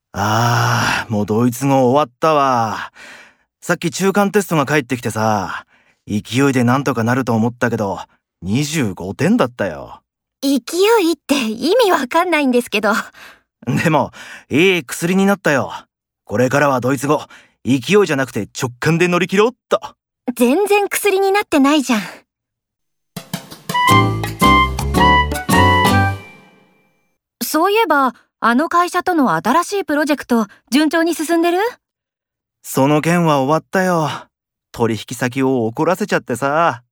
もうドイツ語終わったわ。さっき中間テストが返ってきてさ、勢いでなんとかなると思ったけど、25点だったよ。 勢いって意味わかんないんですけど。 でも、いい薬になったよ。これからはドイツ語、勢いじゃなくて直感で乗り切ろうっと。 全然薬になってないじゃん。そういえば、あの会社との新しいプロジェクト、順調に進んでる？ その件は終わったよ。取引先を怒らせちゃってさ。